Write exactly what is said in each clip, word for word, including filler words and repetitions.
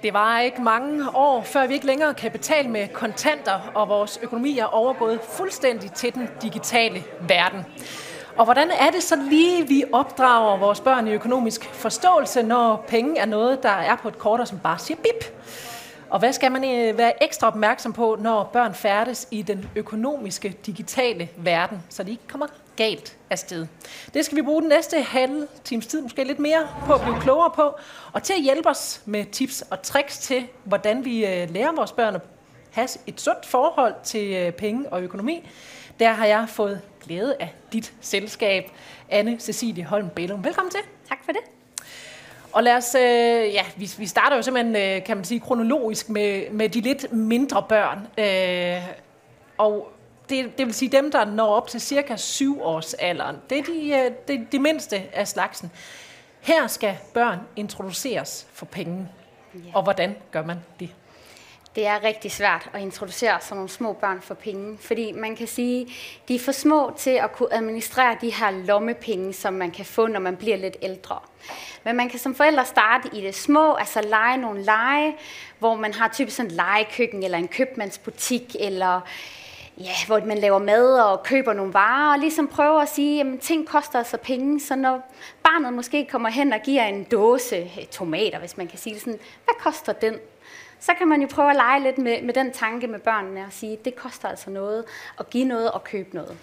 Det var ikke mange år, før vi ikke længere kan betale med kontanter, og vores økonomi er overgået fuldstændig til den digitale verden. Og hvordan er det så lige, vi opdrager vores børn i økonomisk forståelse, når penge er noget, der er på et kort, og som bare siger bip? Og hvad skal man være ekstra opmærksom på, når børn færdes i den økonomiske digitale verden, så de ikke kommer galt afsted? Det skal vi bruge den næste halve times tid, måske lidt mere, på at blive klogere på, og til at hjælpe os med tips og tricks til, hvordan vi lærer vores børn at have et sundt forhold til penge og økonomi. Der har jeg fået glæde af dit selskab, Anne Cecilie Holm Bælum. Velkommen til. Tak for det. Og lad os, øh, ja, vi, vi starter jo simpelthen, øh, kan man sige, kronologisk med, med de lidt mindre børn. Øh, og det, det vil sige dem, der når op til cirka syv års alderen. Det er de, øh, de, de mindste af slagsen. Her skal børn introduceres for penge. Yeah. Og hvordan gør man det? Det er rigtig svært at introducere sådan nogle små børn for penge, fordi man kan sige, de er for små til at kunne administrere de her lommepenge, som man kan få, når man bliver lidt ældre. Men man kan som forældre starte i det små, altså lege nogle lege, hvor man har typisk sådan en legekøkken eller en købmandsbutik, eller ja, hvor man laver mad og køber nogle varer, og ligesom prøver at sige, at ting koster altså penge, så når barnet måske kommer hen og giver en dåse tomater, hvis man kan sige det sådan, hvad koster den? Så kan man jo prøve at lege lidt med, med den tanke med børnene og sige, at det koster altså noget at give noget og købe noget.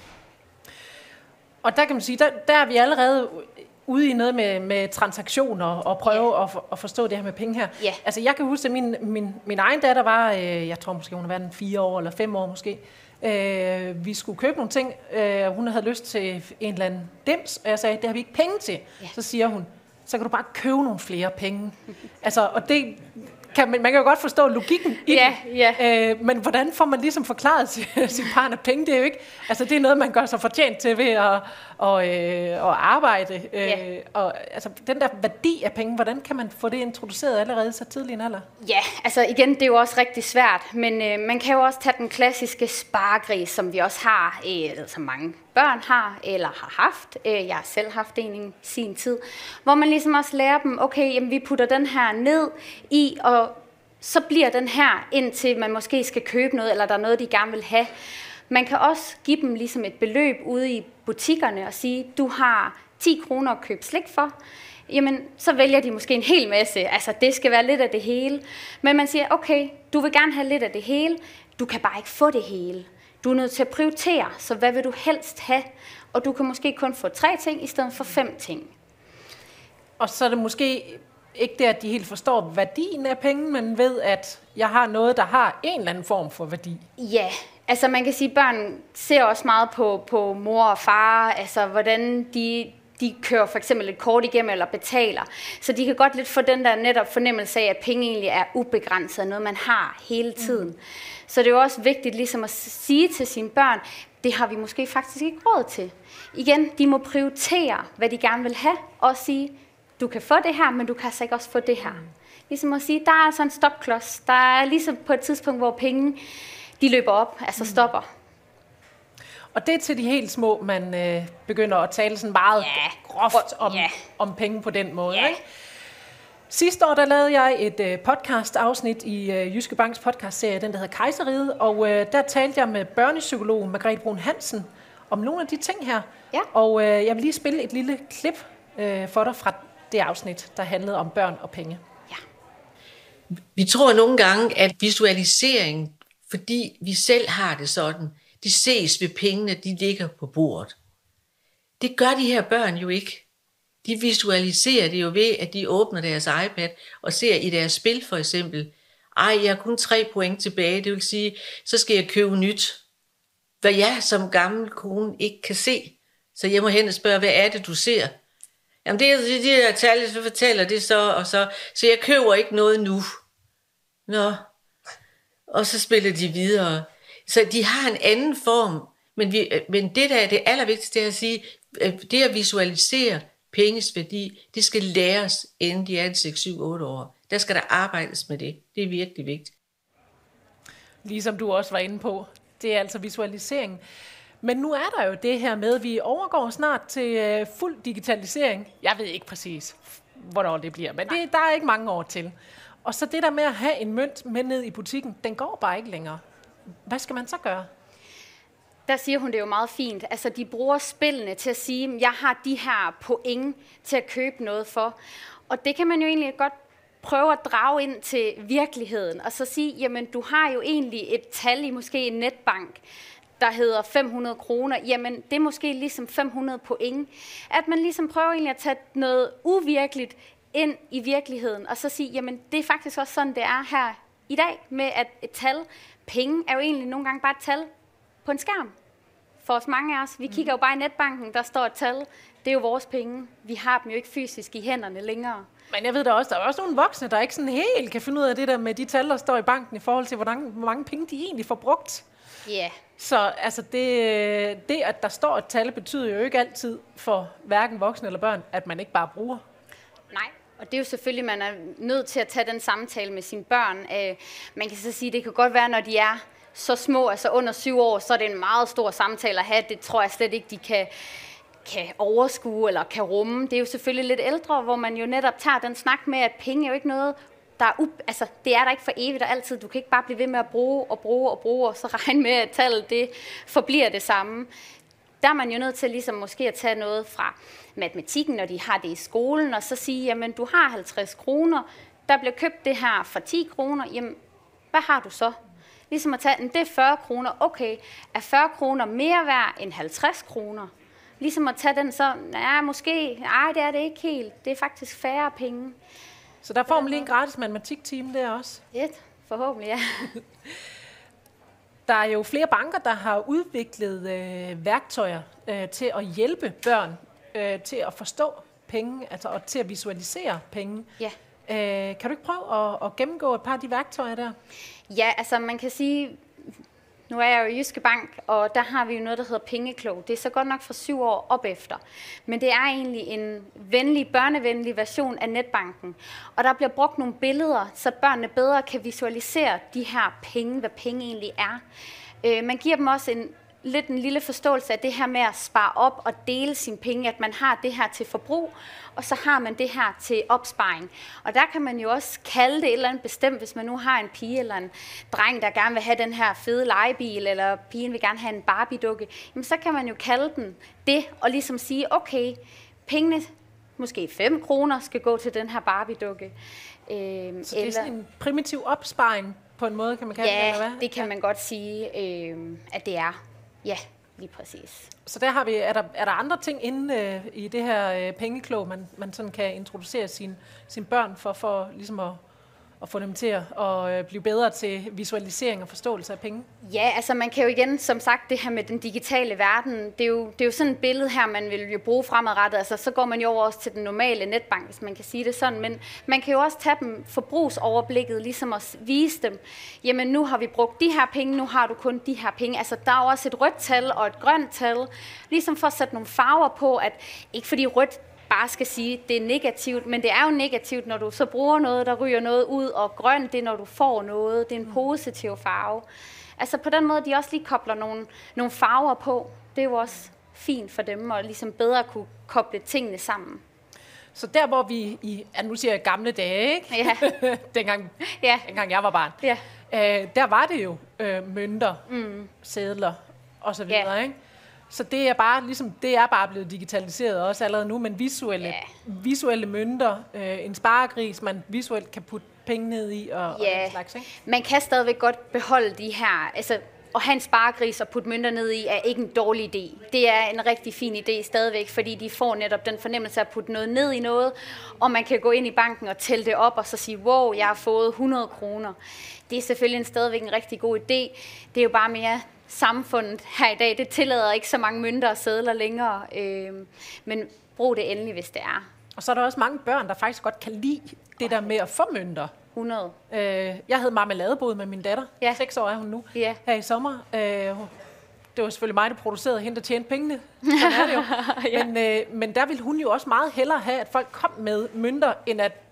Og der kan man sige, der, der er vi allerede ude i noget med, med transaktioner og prøve yeah. at, for, at forstå det her med penge her. Yeah. Altså jeg kan huske, at min, min, min egen datter var, øh, jeg tror måske hun har været fire år eller fem år måske. Øh, vi skulle købe nogle ting. Øh, hun havde lyst til en eller anden dims, og jeg sagde, det har vi ikke penge til. Yeah. Så siger hun, så kan du bare købe nogle flere penge. altså, og det kan man, man kan jo godt forstå logikken i yeah, det. Yeah. Øh, men hvordan får man ligesom forklaret sit barn, at penge, det er jo ikke, altså det er noget, man gør sig fortjent til ved at, og, øh, at arbejde. Øh, yeah. Og altså den der værdi af penge, hvordan kan man få det introduceret allerede så tidlig en alder? Ja, altså igen, det er jo også rigtig svært, men øh, man kan jo også tage den klassiske sparegris, som vi også har, øh, som mange børn har, eller har haft. Øh, jeg har selv haft en i sin tid, hvor man ligesom også lærer dem, okay, jamen, vi putter den her ned i, og så bliver den her, indtil man måske skal købe noget, eller der er noget, de gerne vil have. Man kan også give dem ligesom et beløb ude i butikkerne og sige, du har ti kroner at købe slik for. Jamen, så vælger de måske en hel masse. Altså, det skal være lidt af det hele. Men man siger, okay, du vil gerne have lidt af det hele. Du kan bare ikke få det hele. Du er nødt til at prioritere, så hvad vil du helst have? Og du kan måske kun få tre ting, i stedet for fem ting. Og så er det måske ikke det, at de helt forstår værdien af penge, men ved, at jeg har noget, der har en eller anden form for værdi. Ja, altså man kan sige, at børn ser også meget på, på mor og far, altså hvordan de, de kører for eksempel et kort igennem eller betaler. Så de kan godt lidt få den der netop fornemmelse af, at penge egentlig er ubegrænset, noget man har hele tiden. Mm. Så det er jo også vigtigt ligesom at sige til sine børn, det har vi måske faktisk ikke råd til. Igen, de må prioritere, hvad de gerne vil have, og sige, du kan få det her, men du kan altså ikke også få det her. Ligesom at sige, der er altså en stopklods. Der er ligesom på et tidspunkt, hvor penge, de løber op, altså stopper. Og det er til de helt små, man øh, begynder at tale sådan meget yeah. groft om, yeah. om penge på den måde. Yeah. Ikke? Sidste år, der lavede jeg et øh, podcast-afsnit i øh, Jyske Banks podcastserie, den der hedder Kejseriget, og øh, der talte jeg med børnepsykolog Margrethe Brun Hansen om nogle af de ting her. Yeah. Og øh, jeg vil lige spille et lille klip øh, for dig fra det afsnit, der handlede om børn og penge. Ja. Vi tror nogle gange, at visualisering, fordi vi selv har det sådan, de ses ved pengene, de ligger på bordet. Det gør de her børn jo ikke. De visualiserer det jo ved, at de åbner deres iPad og ser i deres spil for eksempel, ej, jeg har kun tre point tilbage, det vil sige, så skal jeg købe nyt. Hvad jeg som gammel kone ikke kan se. Så jeg må hen og spørge, hvad er det, du ser? Jamen det er de der tal, så fortæller det så og så, så jeg køber ikke noget nu. Nå. Og så spiller de videre. Så de har en anden form, men, vi, men det der er det allervigtigste, det er at sige, det at visualisere penges værdi, det skal læres, inden de er seks, syv, otte år. Der skal der arbejdes med det. Det er virkelig vigtigt. Ligesom du også var inde på, det er altså visualisering. Men nu er der jo det her med, at vi overgår snart til fuld digitalisering. Jeg ved ikke præcis, hvornår det bliver, men det, der er ikke mange år til. Og så det der med at have en mønt med ned i butikken, den går bare ikke længere. Hvad skal man så gøre? Der siger hun det jo meget fint. Altså, de bruger spillene til at sige, at jeg har de her point til at købe noget for. Og det kan man jo egentlig godt prøve at drage ind til virkeligheden, og så sige, jamen, du har jo egentlig et tal i måske en netbank, der hedder fem hundrede kroner, jamen det er måske ligesom fem hundrede point. At man ligesom prøver egentlig at tage noget uvirkeligt ind i virkeligheden, og så sige, jamen det er faktisk også sådan, det er her i dag, med at et tal, penge, er jo egentlig nogle gange bare et tal på en skærm. For os mange af os, vi kigger jo bare i netbanken, der står et tal, det er jo vores penge. Vi har dem jo ikke fysisk i hænderne længere. Men jeg ved da også, der er også nogle voksne, der ikke sådan helt kan finde ud af det der med de tal, der står i banken, i forhold til, hvor mange penge de egentlig får brugt. Ja. Yeah. Så altså det, det, at der står et tal, betyder jo ikke altid for hverken voksne eller børn, at man ikke bare bruger. Nej, og det er jo selvfølgelig, man er nødt til at tage den samtale med sine børn. Man kan så sige, det kan godt være, når de er så små, altså under syv år, så er det en meget stor samtale at have. Det tror jeg slet ikke, de kan, kan overskue eller kan rumme. Det er jo selvfølgelig lidt ældre, hvor man jo netop tager den snak med, at penge er jo ikke noget, der er up- altså, det er der ikke for evigt og altid. Du kan ikke bare blive ved med at bruge og bruge og bruge, og så regne med, at tallet det forbliver det samme. Der er man jo nødt til ligesom måske at tage noget fra matematikken, når de har det i skolen, og så sige, jamen du har halvtreds kroner, der bliver købt det her for ti kroner, jamen hvad har du så? Ligesom at tage, det er fyrre kroner, okay, er fyrre kroner mere værd end halvtreds kroner? Ligesom at tage den så, nej, måske, nej, det er det ikke helt, det er faktisk færre penge. Så der får man lige en gratis matematikteam der også? Et, forhåbentlig, ja. Der er jo flere banker, der har udviklet øh, værktøjer øh, til at hjælpe børn øh, til at forstå penge, altså og til at visualisere penge. Ja. Øh, kan du ikke prøve at, at gennemgå et par af de værktøjer der? Ja, altså man kan sige, nu er jeg jo i Jyske Bank, og der har vi jo noget, der hedder Pengeklog. Det er så godt nok fra syv år op efter. Men det er egentlig en venlig, børnevenlig version af netbanken. Og der bliver brugt nogle billeder, så børnene bedre kan visualisere de her penge, hvad penge egentlig er. Øh, man giver dem også en lidt en lille forståelse af det her med at spare op og dele sine penge, at man har det her til forbrug, og så har man det her til opsparing. Og der kan man jo også kalde det et eller andet bestemt, hvis man nu har en pige eller en dreng, der gerne vil have den her fede legebil, eller pigen vil gerne have en Barbie-dukke, jamen så kan man jo kalde den det, og ligesom sige, okay, pengene, måske fem kroner, skal gå til den her Barbie-dukke. Øh, så det er eller sådan en primitiv opsparing på en måde, kan man kalde ja, det, eller hvad? det kan man godt sige, øh, at det er. Ja, lige præcis. Så der har vi, er der, er der andre ting inde øh, i det her øh, pengeklog, man, man sådan kan introducere sine sin børn for, for ligesom at, at få dem til at og, øh, blive bedre til visualisering og forståelse af penge? Ja, altså man kan jo igen, som sagt, det her med den digitale verden, det er jo, det er jo sådan et billede her, man vil jo bruge fremadrettet. Altså så går man jo over også til den normale netbank, hvis man kan sige det sådan. Men man kan jo også tage dem forbrugsoverblikket, ligesom at vise dem, jamen nu har vi brugt de her penge, nu har du kun de her penge. Altså der er jo også et rødt tal og et grønt tal, ligesom for at sætte nogle farver på, at ikke fordi rødt bare skal sige, at det er negativt, men det er jo negativt, når du så bruger noget, der ryger noget ud, og grønt, det er, når du får noget. Det er en positiv farve. Altså på den måde, de også lige kobler nogle, nogle farver på. Det er jo også fint for dem, at ligesom bedre kunne koble tingene sammen. Så der, hvor vi i, ja, nu siger jeg gamle dage, ikke? Ja. dengang, ja. dengang jeg var barn, ja. øh, der var det jo øh, mønter, mm. sedler og så videre, ja. ikke? Så det er bare ligesom det er bare blevet digitaliseret også allerede nu, men visuelle ja. visuelle mønter, øh, en sparegris, man visuelt kan putte penge ned i og, ja. og den slags, ikke? Man kan stadigvæk godt beholde de her, altså at have en sparegris og putte mønter ned i er ikke en dårlig idé. Det er en rigtig fin idé stadigvæk, fordi de får netop den fornemmelse af at putte noget ned i noget, og man kan gå ind i banken og tælle det op og så sige, wow, jeg har fået hundrede kroner. Det er selvfølgelig en stadigvæk en rigtig god idé. Det er jo bare mere samfundet her i dag, det tillader ikke så mange mønter og sedler længere, øh, men brug det endelig, hvis det er. Og så er der også mange børn, der faktisk godt kan lide det der med at få mønter. hundrede. Øh, jeg havde marmeladebod med min datter. Ja. Seks år er hun nu. Ja. Her i sommer. Øh, det var selvfølgelig mig, der producerede hende, der tjente pengene. Sådan er det jo. ja. men, øh, men der ville hun jo også meget hellere have, at folk kom med mønter, end at,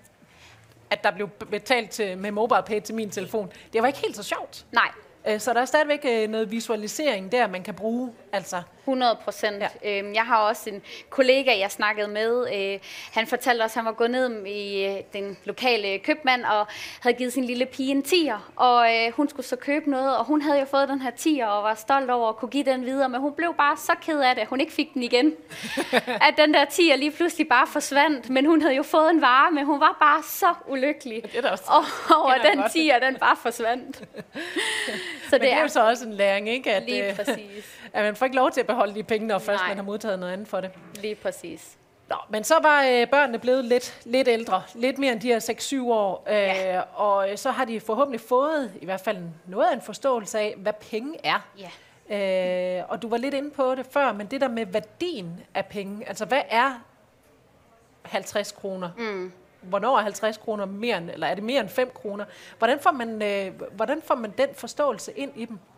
at der blev betalt til, med MobilePay til min telefon. Det var ikke helt så sjovt. Nej. Så der er stadigvæk noget visualisering der, man kan bruge. Altså. hundrede procent. Ja. Øhm, jeg har også en kollega, jeg snakkede med. Øh, han fortalte os, at han var gået ned i øh, den lokale købmand og havde givet sin lille pige en tier. Og øh, hun skulle så købe noget, og hun havde jo fået den her tier og var stolt over at kunne give den videre. Men hun blev bare så ked af det, at hun ikke fik den igen. At den der tier lige pludselig bare forsvandt. Men hun havde jo fået en vare, men hun var bare så ulykkelig. Det er også, og over den tier, den bare forsvandt. Så men det er jo så også en læring, ikke? At, lige præcis. At man får ikke lov til at beholde de penge, når Nej. først man har modtaget noget andet for det. Lige præcis. Nå, men så var øh, børnene blevet lidt, lidt ældre, lidt mere end de her seks syv år, øh, ja. og så har de forhåbentlig fået i hvert fald noget af en forståelse af, hvad penge er. Ja. Øh, og du var lidt inde på det før, men det der med værdien af penge, altså hvad er halvtreds kroner? Mm. Hvornår er halvtreds kroner mere end, eller er det mere end fem kroner? Hvordan får man, øh, hvordan får man den forståelse ind i dem?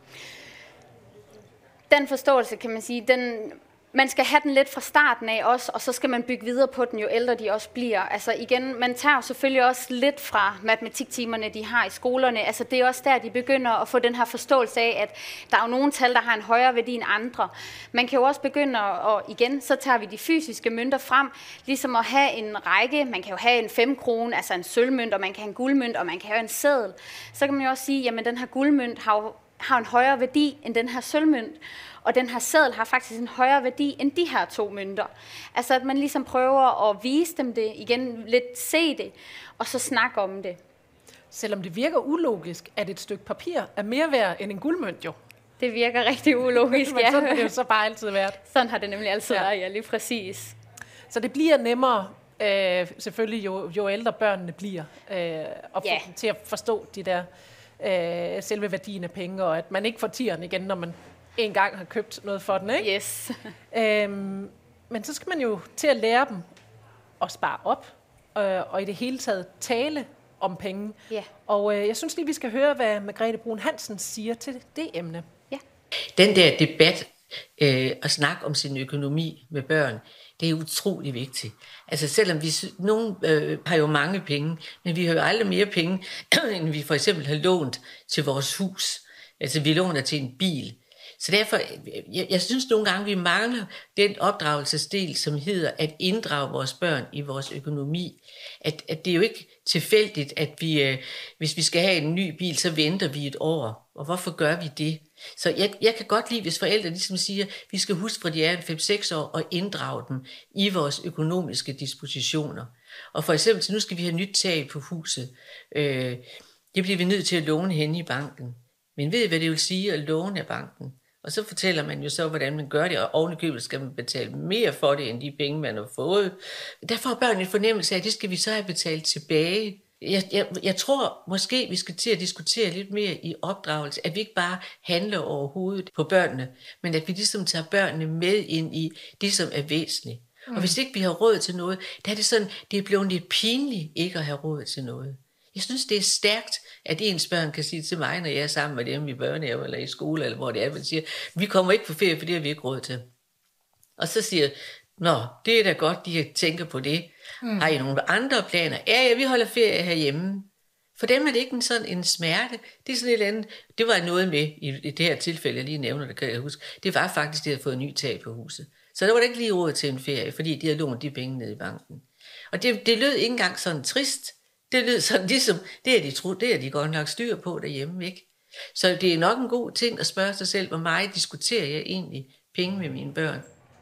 Den forståelse, kan man sige, den, man skal have den lidt fra starten af også, og så skal man bygge videre på den, jo ældre de også bliver. Altså igen, man tager jo selvfølgelig også lidt fra matematiktimerne, de har i skolerne. Altså det er også der, de begynder at få den her forståelse af, at der er jo nogle tal, der har en højere værdi end andre. Man kan jo også begynde, og igen, så tager vi de fysiske mønter frem, ligesom at have en række. Man kan jo have en fem krone, altså en sølvmønt, og man kan have en guldmønt, og man kan have en seddel. Så kan man jo også sige, jamen den her guldmønt har jo har en højere værdi end den her sølvmønt, og den her seddel har faktisk en højere værdi end de her to mønter. Altså at man ligesom prøver at vise dem det, igen lidt se det, og så snakke om det. Selvom det virker ulogisk, at et stykke papir er mere værd end en guldmønt jo. Det virker rigtig ulogisk, ja. Men sådan har det jo så bare altid været. Sådan har det nemlig altid ja. været, ja, lige præcis. Så det bliver nemmere, øh, selvfølgelig jo, jo ældre børnene bliver, øh, at få ja. dem til at forstå de der øh, selve værdien af penge, og at man ikke får tieren igen, når man en gang har købt noget for den, ikke? Yes. øhm, men så skal man jo til at lære dem at spare op, øh, og i det hele taget tale om penge. Ja. Og øh, jeg synes lige, vi skal høre, hvad Margrethe Bruun Hansen siger til det emne. Ja. Den der debat, øh, at snakke om sin økonomi med børn, det er utrolig vigtigt. Altså selvom vi, nogen øh, har jo mange penge, men vi har jo aldrig mere penge, end vi for eksempel har lånt til vores hus. Altså vi låner til en bil. Så derfor, jeg, jeg synes nogle gange, vi mangler den opdragelsesdel, som hedder at inddrage vores børn i vores økonomi. At, at det er jo ikke tilfældigt, at vi, øh, hvis vi skal have en ny bil, så venter vi et år. Og hvorfor gør vi det? Så jeg, jeg kan godt lide, hvis forældre ligesom siger, at vi skal huske, fra de er fem seks år, og inddrage dem i vores økonomiske dispositioner. Og for eksempel, så nu skal vi have nyt tag på huset. Øh, det bliver vi nødt til at låne henne i banken. Men ved I, hvad det vil sige at låne af banken? Og så fortæller man jo så, hvordan man gør det, og ovenikøbet skal man betale mere for det, end de penge, man har fået. Der får børn en fornemmelse af, at det skal vi så have betalt tilbage. Jeg, jeg, jeg tror måske, vi skal til at diskutere lidt mere i opdragelse, at vi ikke bare handler overhovedet på børnene, men at vi ligesom tager børnene med ind i det, som er væsentligt. Mm. Og hvis ikke vi har råd til noget, der er det sådan, det er blevet lidt pinligt ikke at have råd til noget. Jeg synes, det er stærkt, at ens børn kan sige til mig, når jeg er sammen med dem i børnehave eller i skole, eller hvor det er, man siger, vi kommer ikke på ferie, for det har vi ikke råd til. Og så siger jeg, nå, det er da godt, de tænker på det. Mm. Har I nogle andre planer? Ja, ja, vi holder ferie herhjemme. For dem er det ikke en sådan en smerte. Det er sådan et eller andet. Det var noget med, i det her tilfælde, jeg lige nævner, det kan jeg huske. Det var faktisk, de havde fået en ny tag på huset. Så der var der ikke lige råd til en ferie, fordi de havde lånt de penge ned i banken. Og det, det lød ikke engang sådan trist. Det lød sådan ligesom, det er de, tro, det er de godt nok styr på derhjemme, ikke? Så det er nok en god ting at spørge sig selv, hvor meget diskuterer jeg egentlig penge med mine børn.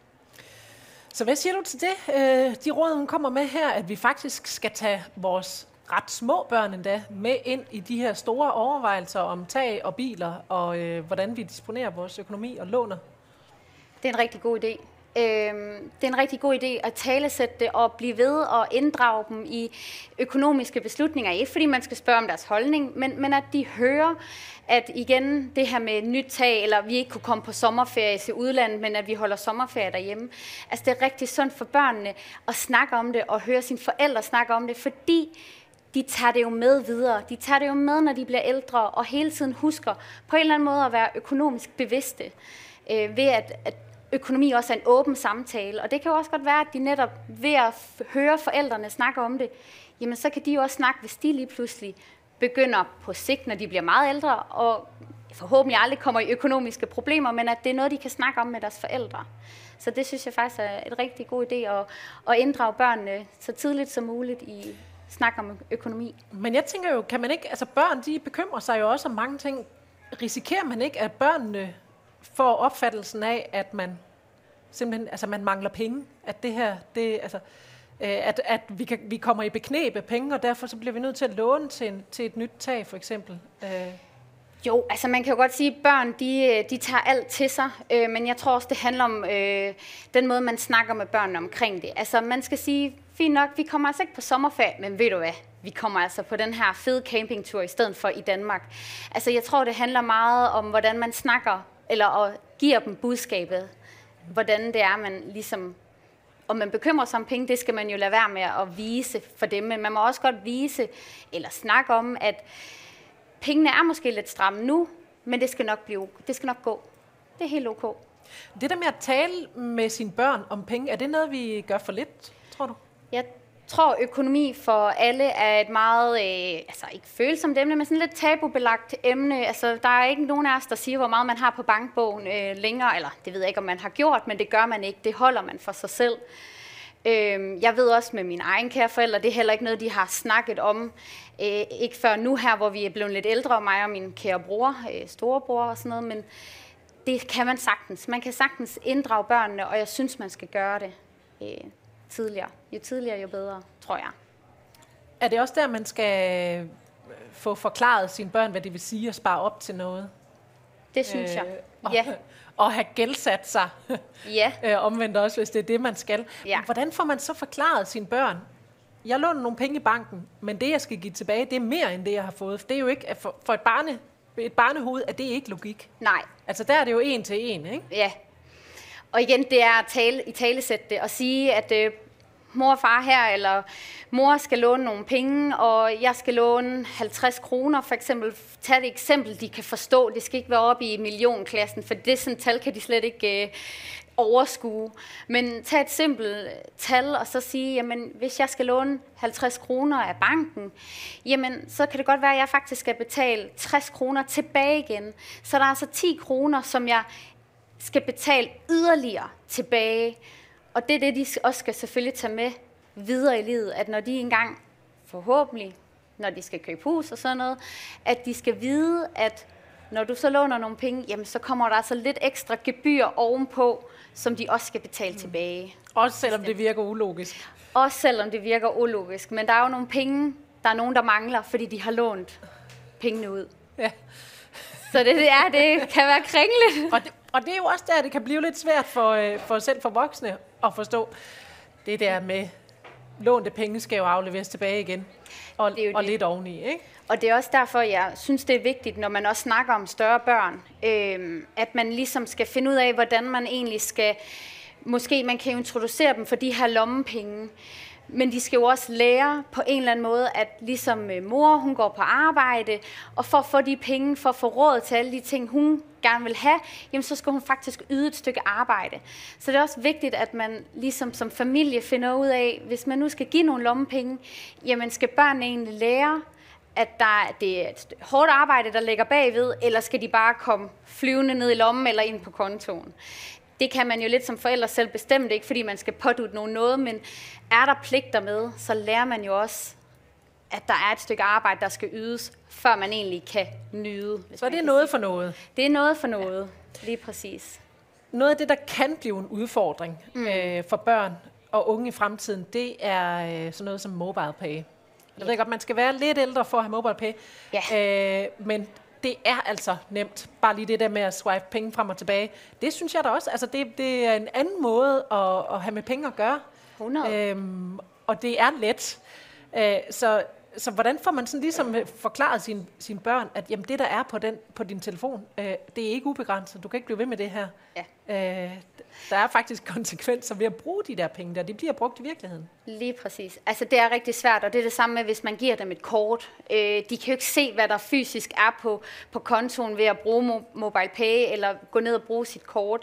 Så hvad siger du til det? Øh, de råd, hun kommer med her, at vi faktisk skal tage vores ret små børn endda med ind i de her store overvejelser om tag og biler, og øh, hvordan vi disponerer vores økonomi og låner. Det er en rigtig god idé. Øhm, det er en rigtig god idé at talesætte det og blive ved og inddrage dem i økonomiske beslutninger. Ikke fordi man skal spørge om deres holdning, men, men at de hører, at igen det her med nyt tag, eller vi ikke kunne komme på sommerferie til udlandet, men at vi holder sommerferie derhjemme. Altså det er rigtig sundt for børnene at snakke om det og høre sine forældre snakke om det, fordi de tager det jo med videre. De tager det jo med, når de bliver ældre, og hele tiden husker på en eller anden måde at være økonomisk bevidste, øh, ved at, at økonomi også er en åben samtale, og det kan jo også godt være, at de netop ved at høre forældrene snakke om det, jamen så kan de jo også snakke, hvis de lige pludselig begynder på sigt, når de bliver meget ældre, og forhåbentlig aldrig kommer i økonomiske problemer, men at det er noget, de kan snakke om med deres forældre. Så det synes jeg faktisk er et rigtig god idé at, at inddrage børnene så tidligt som muligt i snak om økonomi. Men jeg tænker jo, kan man ikke, altså børn, de bekymrer sig jo også om mange ting. Risikerer man ikke, at børnene får opfattelsen af, at man simpelthen, altså man mangler penge? At det her, det, altså, at, at vi, kan, vi kommer i bekneb af penge, og derfor så bliver vi nødt til at låne til, en, til et nyt tag, for eksempel. Jo, altså man kan jo godt sige, at børn, de, de tager alt til sig, øh, men jeg tror også, det handler om øh, den måde, man snakker med børnene omkring det. Altså man skal sige, fint nok, vi kommer altså ikke på sommerferie, men ved du hvad, vi kommer altså på den her fede campingtur i stedet for i Danmark. Altså jeg tror, det handler meget om, hvordan man snakker, eller og giver dem budskabet, hvordan det er, man ligesom, om man bekymrer sig om penge, det skal man jo lade være med at vise for dem, men man må også godt vise, eller snakke om, at pengene er måske lidt stramme nu, men det skal nok blive, det skal nok gå. Det er helt ok. Det der med at tale med sine børn om penge, er det noget, vi gør for lidt, tror du? Jeg tror, økonomi for alle er et meget, øh, altså ikke følsomt emne, men sådan lidt tabubelagt emne. Altså, der er ikke nogen af os, der siger, hvor meget man har på bankbogen øh, længere, eller det ved jeg ikke, om man har gjort, men det gør man ikke. Det holder man for sig selv. Øh, jeg ved også med mine egen kære forældre, det er heller ikke noget, de har snakket om. Øh, ikke før nu her, hvor vi er blevet lidt ældre, mig og min kære bror, øh, storebror og sådan noget, men det kan man sagtens. Man kan sagtens inddrage børnene, og jeg synes, man skal gøre det øh, tidligere. Jo tidligere, jo bedre, tror jeg. Er det også der, man skal få forklaret sine børn, hvad det vil sige at spare op til noget? Det synes øh, jeg, og, ja. Og have gældsat sig. Ja. øh, omvendt også, hvis det er det, man skal. Ja. Hvordan får man så forklaret sine børn? Jeg låner nogle penge i banken, men det, jeg skal give tilbage, det er mere end det, jeg har fået. For det er jo ikke, for, for et, barne, et barnehoved, er det ikke logik. Nej. Altså der er det jo en til en, ikke? Ja. Og igen, det er at tale, i talesætte det og sige, at øh, mor og far her, eller mor skal låne nogle penge, og jeg skal låne halvtreds kroner, for eksempel. Tag et eksempel, de kan forstå. Det skal ikke være oppe i millionklassen, for det sådan tal kan de slet ikke øh, overskue. Men tag et simpelt tal, og så sige, jamen, hvis jeg skal låne halvtreds kroner af banken, jamen, så kan det godt være, at jeg faktisk skal betale tres kroner tilbage igen. Så der er altså ti kroner, som jeg skal betale yderligere tilbage. Og det er det, de også skal selvfølgelig tage med videre i livet, at når de engang, forhåbentlig, når de skal købe hus og sådan noget, at de skal vide, at når du så låner nogle penge, jamen så kommer der altså lidt ekstra gebyr ovenpå, som de også skal betale mm. tilbage. Også selvom det virker ulogisk. Også selvom det virker ulogisk. Men der er jo nogle penge, der er nogen, der mangler, fordi de har lånt pengene ud. Ja. Så det, det er, det kan være kringlet. Og det, og det er jo også der, det kan blive lidt svært for, for selv for voksne at forstå. Det der med lånte penge skal jo afleveres tilbage igen. Og, det og det. lidt oveni, ikke? Og det er også derfor, jeg synes, det er vigtigt, når man også snakker om større børn, øh, at man ligesom skal finde ud af, hvordan man egentlig skal, måske man kan introducere dem for de her lommepenge, men de skal jo også lære på en eller anden måde, at ligesom mor, hun går på arbejde, og for at få de penge, for at få råd til alle de ting, hun gerne vil have, jamen så skal hun faktisk yde et stykke arbejde. Så det er også vigtigt, at man ligesom som familie finder ud af, hvis man nu skal give nogle lommepenge, jamen skal børnene egentlig lære, at der, det er et hårdt arbejde, der ligger bagved, eller skal de bare komme flyvende ned i lommen eller ind på kontoen? Det kan man jo lidt som forældre selv bestemme, ikke fordi man skal pådutte nogen noget, men er der pligter med, så lærer man jo også, at der er et stykke arbejde, der skal ydes, før man egentlig kan nyde. Så det er noget for noget. Det er noget for noget, ja. Lige præcis. Noget af det, der kan blive en udfordring mm. øh, for børn og unge i fremtiden, det er øh, sådan noget som mobile pay. Jeg ja. ved godt, man skal være lidt ældre for at have mobile pay, ja. øh, men det er altså nemt. Bare lige det der med at swipe penge frem og tilbage. Det synes jeg da også. Altså det, det er en anden måde at, at have med penge at gøre. hundrede Øhm, og det er let. Øh, så, så hvordan får man sådan ligesom forklaret sine, sine børn, at jamen, det der er på, den, på din telefon, øh, det er ikke ubegrænset. Du kan ikke blive ved med det her. Ja. Øh, der er faktisk konsekvenser ved at bruge de der penge der. De bliver brugt i virkeligheden. Lige præcis. Altså det er rigtig svært, og det er det samme med, hvis man giver dem et kort. Øh, de kan jo ikke se, hvad der fysisk er på, på kontoen ved at bruge mo- mobile pay, eller gå ned og bruge sit kort.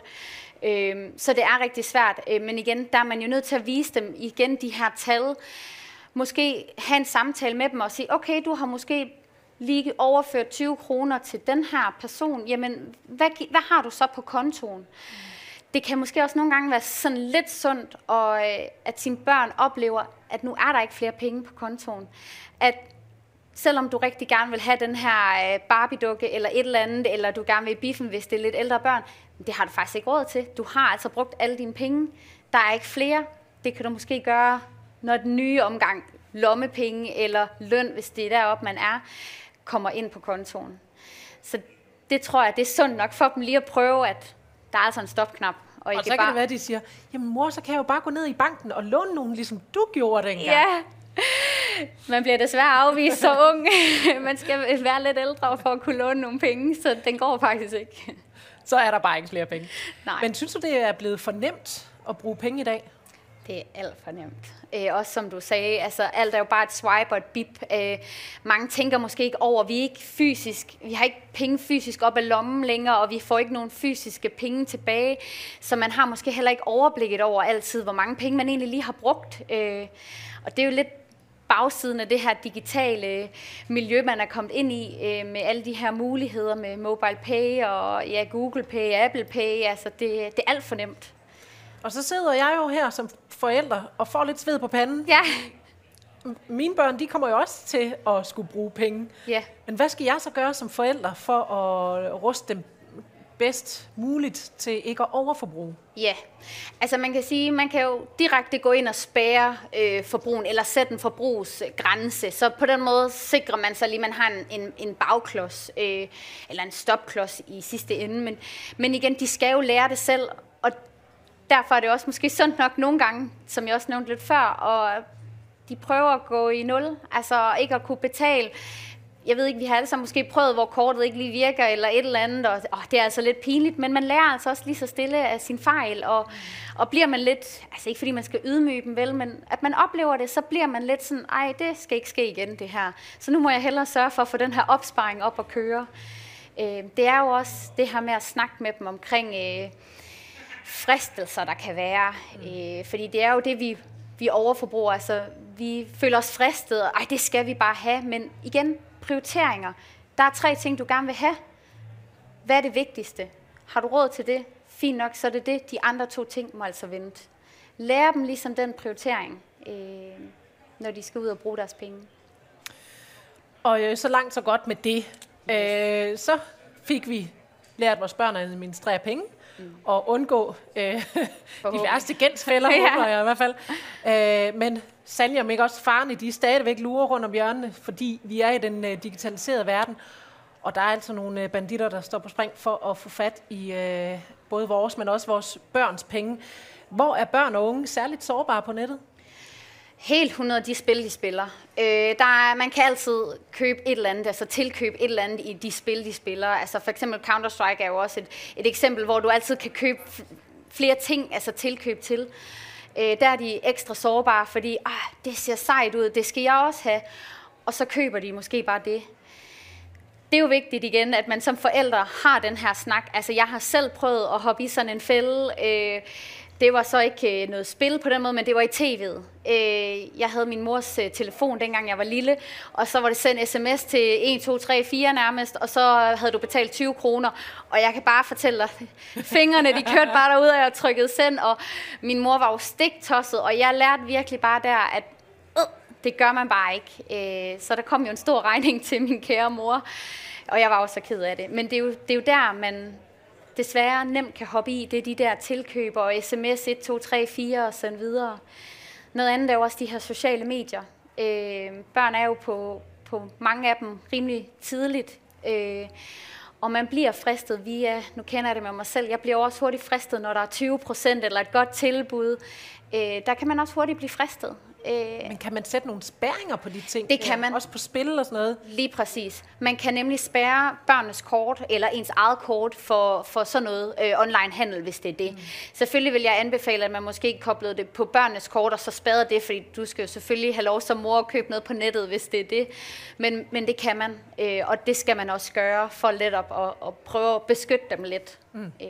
Øh, så det er rigtig svært. Øh, men igen, der er man jo nødt til at vise dem igen de her tal. Måske have en samtale med dem og sige, okay, du har måske lige overført tyve kroner til den her person, jamen hvad, hvad har du så på kontoen? Det kan måske også nogle gange være sådan lidt sundt, og, at sine børn oplever, at nu er der ikke flere penge på kontoen. At selvom du rigtig gerne vil have den her Barbie-dukke eller et eller andet, eller du gerne vil i biffen, hvis det er lidt ældre børn, det har du faktisk ikke råd til. Du har altså brugt alle dine penge. Der er ikke flere. Det kan du måske gøre, når den nye omgang lommepenge eller løn, hvis det er deroppe, man er, kommer ind på kontoen. Så det tror jeg, det er sundt nok for dem lige at prøve, at der er altså en stopknap. Og, og så kan bare... det være, at de siger, jamen mor, så kan jeg jo bare gå ned i banken og låne nogen, ligesom du gjorde dengang. Ja, man bliver desværre afvist så ung. Man skal være lidt ældre for at kunne låne nogle penge, så den går faktisk ikke. Så er der bare ikke flere penge. Nej. Men synes du, det er blevet for nemt at bruge penge i dag? Det er alt for nemt. Øh, også som du sagde, altså alt er jo bare et swipe og et bip. Øh, mange tænker måske ikke over, vi er ikke fysisk, vi har ikke penge fysisk op af lommen længere, og vi får ikke nogen fysiske penge tilbage, så man har måske heller ikke overblikket over altid, hvor mange penge man egentlig lige har brugt. Øh, og det er jo lidt bagsiden af det her digitale miljø, man er kommet ind i, øh, med alle de her muligheder med mobile pay og ja, Google Pay, Apple Pay, altså det, det er alt for nemt. Og så sidder jeg jo her som forælder og får lidt sved på panden. Ja. Mine børn, de kommer jo også til at skulle bruge penge. Ja. Men hvad skal jeg så gøre som forælder for at ruste dem bedst muligt til ikke at overforbruge? Ja, altså man kan sige, man kan jo direkte gå ind og spærre øh, forbrugen, eller sætte en forbrugsgrænse. Så på den måde sikrer man sig lige, at man har en, en, en bagklods, øh, eller en stopklods i sidste ende. Men, men igen, de skal jo lære det selv, og derfor er det også måske sundt nok nogle gange, som jeg også nævnte lidt før, og de prøver at gå i nul, altså ikke at kunne betale. Jeg ved ikke, vi har alle sammen måske prøvet, hvor kortet ikke lige virker, eller et eller andet, og åh, det er altså lidt pinligt, men man lærer altså også lige så stille af sin fejl, og, og bliver man lidt, altså ikke fordi man skal ydmyge dem vel, men at man oplever det, så bliver man lidt sådan, ej, det skal ikke ske igen, det her. Så nu må jeg hellere sørge for at få den her opsparing op og køre. Øh, det er jo også det her med at snakke med dem omkring øh, fristelser, der kan være, øh, fordi det er jo det, vi, vi overforbruger, altså vi føler os fristet, og ej, det skal vi bare have, men igen, prioriteringer. Der er tre ting, du gerne vil have. Hvad er det vigtigste? Har du råd til det? Fint nok, så er det det. De andre to ting må altså vente. Lær dem ligesom den prioritering, øh, når de skal ud og bruge deres penge. Og øh, så langt så godt med det. Øh, så fik vi lært vores børn at administrere penge, mm. og undgå øh, de værste gældsfælder, ja. håber jeg i hvert fald. Øh, men sandelig om ikke også farne, de er stadigvæk lurer rundt om hjørnene, fordi vi er i den øh, digitaliserede verden, og der er altså nogle øh, banditter, der står på spring for at få fat i øh, både vores, men også vores børns penge. Hvor er børn og unge særligt sårbare på nettet? Helt hundrede de spil, de spiller. Øh, der er, man kan altid købe et eller andet, altså tilkøbe et eller andet i de spil, de spiller. Altså for eksempel Counter-Strike er jo også et, et eksempel, hvor du altid kan købe flere ting, altså tilkøb til. Øh, der er de ekstra sårbare, fordi ah, det ser sejt ud, det skal jeg også have. Og så køber de måske bare det. Det er jo vigtigt igen, at man som forældre har den her snak. Altså jeg har selv prøvet at hoppe i sådan en fælde. Øh, Det var så ikke noget spil på den måde, men det var i tv'et. Jeg havde min mors telefon, dengang jeg var lille, og så var det sendt sms til en, to, tre, fire nærmest, og så havde du betalt tyve kroner, og jeg kan bare fortælle dig, fingrene de kørte bare derude, og jeg trykkede send, og min mor var jo stiktosset, og jeg lærte virkelig bare der, at øh, det gør man bare ikke. Så der kom jo en stor regning til min kære mor, og jeg var også så ked af det. Men det er jo, det er jo der, man desværre nemt kan hoppe i, det er de der tilkøber og sms et, to, tre, fire og sådan videre. Noget andet er jo også de her sociale medier. Øh, børn er jo på, på mange af dem rimelig tidligt, øh, og man bliver fristet via, nu kender jeg det med mig selv, jeg bliver også hurtigt fristet, når der er tyve procent eller et godt tilbud. Øh, der kan man også hurtigt blive fristet. Men kan man sætte nogle spærringer på de ting? Det kan man. Også på spil og sådan noget? Lige præcis. Man kan nemlig spærre børnenes kort, eller ens eget kort, for, for sådan noget øh, online handel, hvis det er det. Mm. Selvfølgelig vil jeg anbefale, at man måske ikke koblede det på børnenes kort, og så spærrede det, fordi du skal jo selvfølgelig have lov som mor at købe noget på nettet, hvis det er det. Men, men det kan man, øh, og det skal man også gøre, for let op og, og prøve at beskytte dem lidt. Mm. Øh.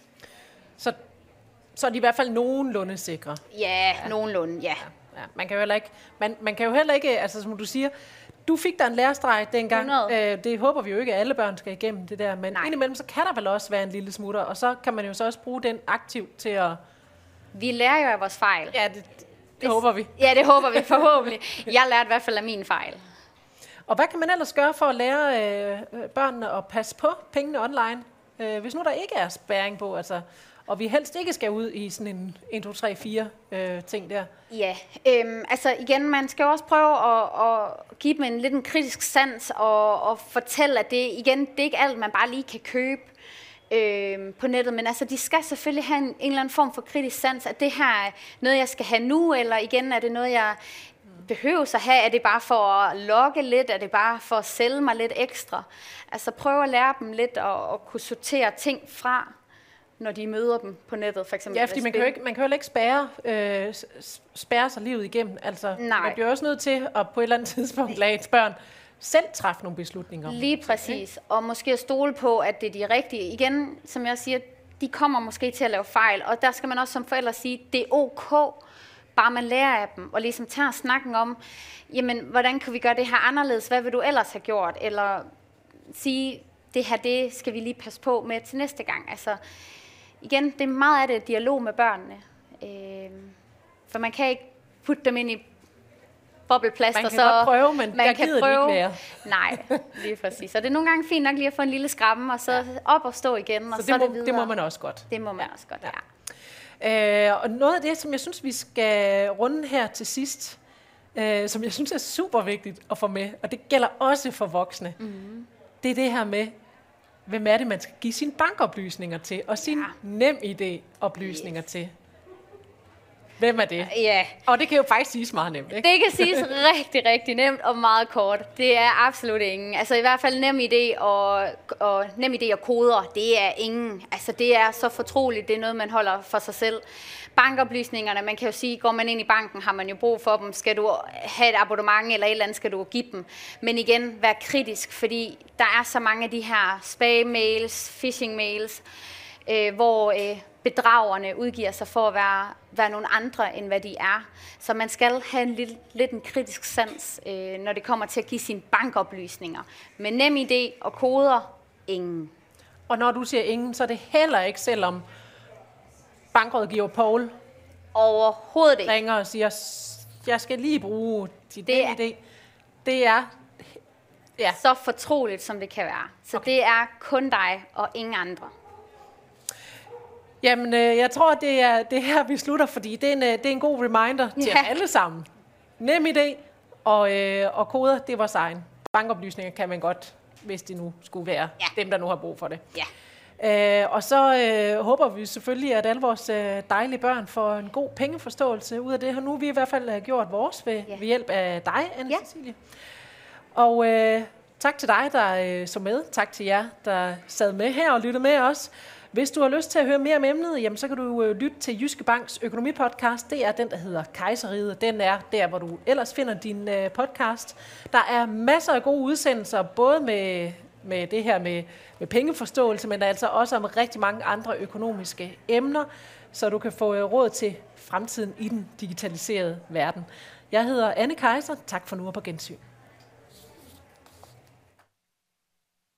Så, så er de i hvert fald nogenlunde sikre? Ja, ja. nogenlunde, ja. Ja, man kan jo heller ikke, man, man kan jo heller ikke, altså som du siger, Du fik da en lærestreg dengang. hundrede Øh, det håber vi jo ikke, at alle børn skal igennem det der. Men Nej. indimellem, så kan der vel også være en lille smutter. Og så kan man jo så også bruge den aktivt til at... Vi lærer jo af vores fejl. Ja, det, det, det håber vi. Ja, det håber vi forhåbentlig. Jeg lærte i hvert fald af min fejl. Og hvad kan man ellers gøre for at lære øh, børnene at passe på pengene online? Øh, hvis nu der ikke er spærring på, altså, og vi helst ikke skal ud i sådan en et, to, tre, fire øh, ting der. Ja, øhm, altså igen, man skal jo også prøve at, at give dem en lidt en kritisk sans og, og fortælle, at det igen, det er ikke alt, man bare lige kan købe øh, på nettet, men altså, de skal selvfølgelig have en, en eller anden form for kritisk sans, at det her er noget, jeg skal have nu, eller igen, er det noget, jeg behøver at have, er det bare for at lokke lidt, er det bare for at sælge mig lidt ekstra. Altså prøve at lære dem lidt at, at kunne sortere ting fra, når de møder dem på nettet, for eksempel. Ja, fordi man kan jo ikke, man kan jo ikke spærre, øh, spærre sig livet igennem. Altså, Nej. Man bliver også nødt til at på et eller andet tidspunkt lade et børn selv træffe nogle beslutninger. Lige præcis. Og måske at stole på, at det er de rigtige. Igen, som jeg siger, de kommer måske til at lave fejl, og der skal man også som forældre sige, det er ok, bare man lærer af dem, og ligesom tager snakken om, jamen, hvordan kan vi gøre det her anderledes? Hvad vil du ellers have gjort? Eller sige, det her, det skal vi lige passe på med til næste gang. Altså, igen, det er meget af det dialog med børnene. Øh, for man kan ikke putte dem ind i bobleplaster. Man kan så godt prøve, men man der kan gider prøve. det ikke være. Nej, lige præcis. Så det er nogle gange fint nok lige at få en lille skramme, og så ja. op og stå igen, og så, så, det er må, det videre. det må man også godt. Det må man ja. også godt, ja. Øh, og noget af det, som jeg synes, vi skal runde her til sidst, øh, som jeg synes er super vigtigt at få med, og det gælder også for voksne, mm-hmm. det er det her med, hvem er det, man skal give sine bankoplysninger til, og sine ja. nem idé-oplysninger yes. til. Hvem er det? Ja. Og det kan jo faktisk siges meget nemt, ikke? Det kan siges rigtig, rigtig nemt og meget kort. Det er absolut ingen. Altså i hvert fald nem idé og, og nem idé og koder, det er ingen. Altså det er så fortroligt, det er noget, man holder for sig selv. Bankoplysningerne, man kan jo sige, går man ind i banken, har man jo brug for dem. Skal du have et abonnement eller et eller andet, skal du give dem. Men igen, vær kritisk, fordi der er så mange af de her spam-mails, phishing-mails, øh, hvor øh, bedragerne udgiver sig for at være, være nogle andre, end hvad de er. Så man skal have en lidt, lidt en kritisk sans, øh, når det kommer til at give sine bankoplysninger. Men nem idé og koder, ingen. Og når du siger ingen, så er det heller ikke, selvom bankrådgiver Poul overhovedet ikke ringer og siger, jeg skal lige bruge dit det nem idé. Det er ja. så fortroligt, som det kan være. Så okay. det er kun dig og ingen andre. Jamen, øh, jeg tror, det er det her, vi slutter, fordi det er en, det er en god reminder til ja. alle sammen. Nem idé og, øh, og koder, det er vores egen. Bankoplysninger kan man godt, hvis det nu skulle være ja. dem, der nu har brug for det. Ja. Øh, og så øh, håber vi selvfølgelig, at alle vores øh, dejlige børn får en god pengeforståelse ud af det her. Nu har vi i hvert fald gjort vores ved, ja. ved hjælp af dig, Anne-Cecilie. Ja. Og øh, tak til dig, der øh, så med. Tak til jer, der sad med her og lyttede med os. Hvis du har lyst til at høre mere om emnet, jamen, så kan du øh, lytte til Jyske Banks økonomipodcast. Det er den, der hedder Kejserriget. Den er der, hvor du ellers finder din øh, podcast. Der er masser af gode udsendelser, både med, med det her med, med pengeforståelse, men altså også om rigtig mange andre økonomiske emner, så du kan få øh, råd til fremtiden i den digitaliserede verden. Jeg hedder Anne Kejser. Tak for nu og på gensyn.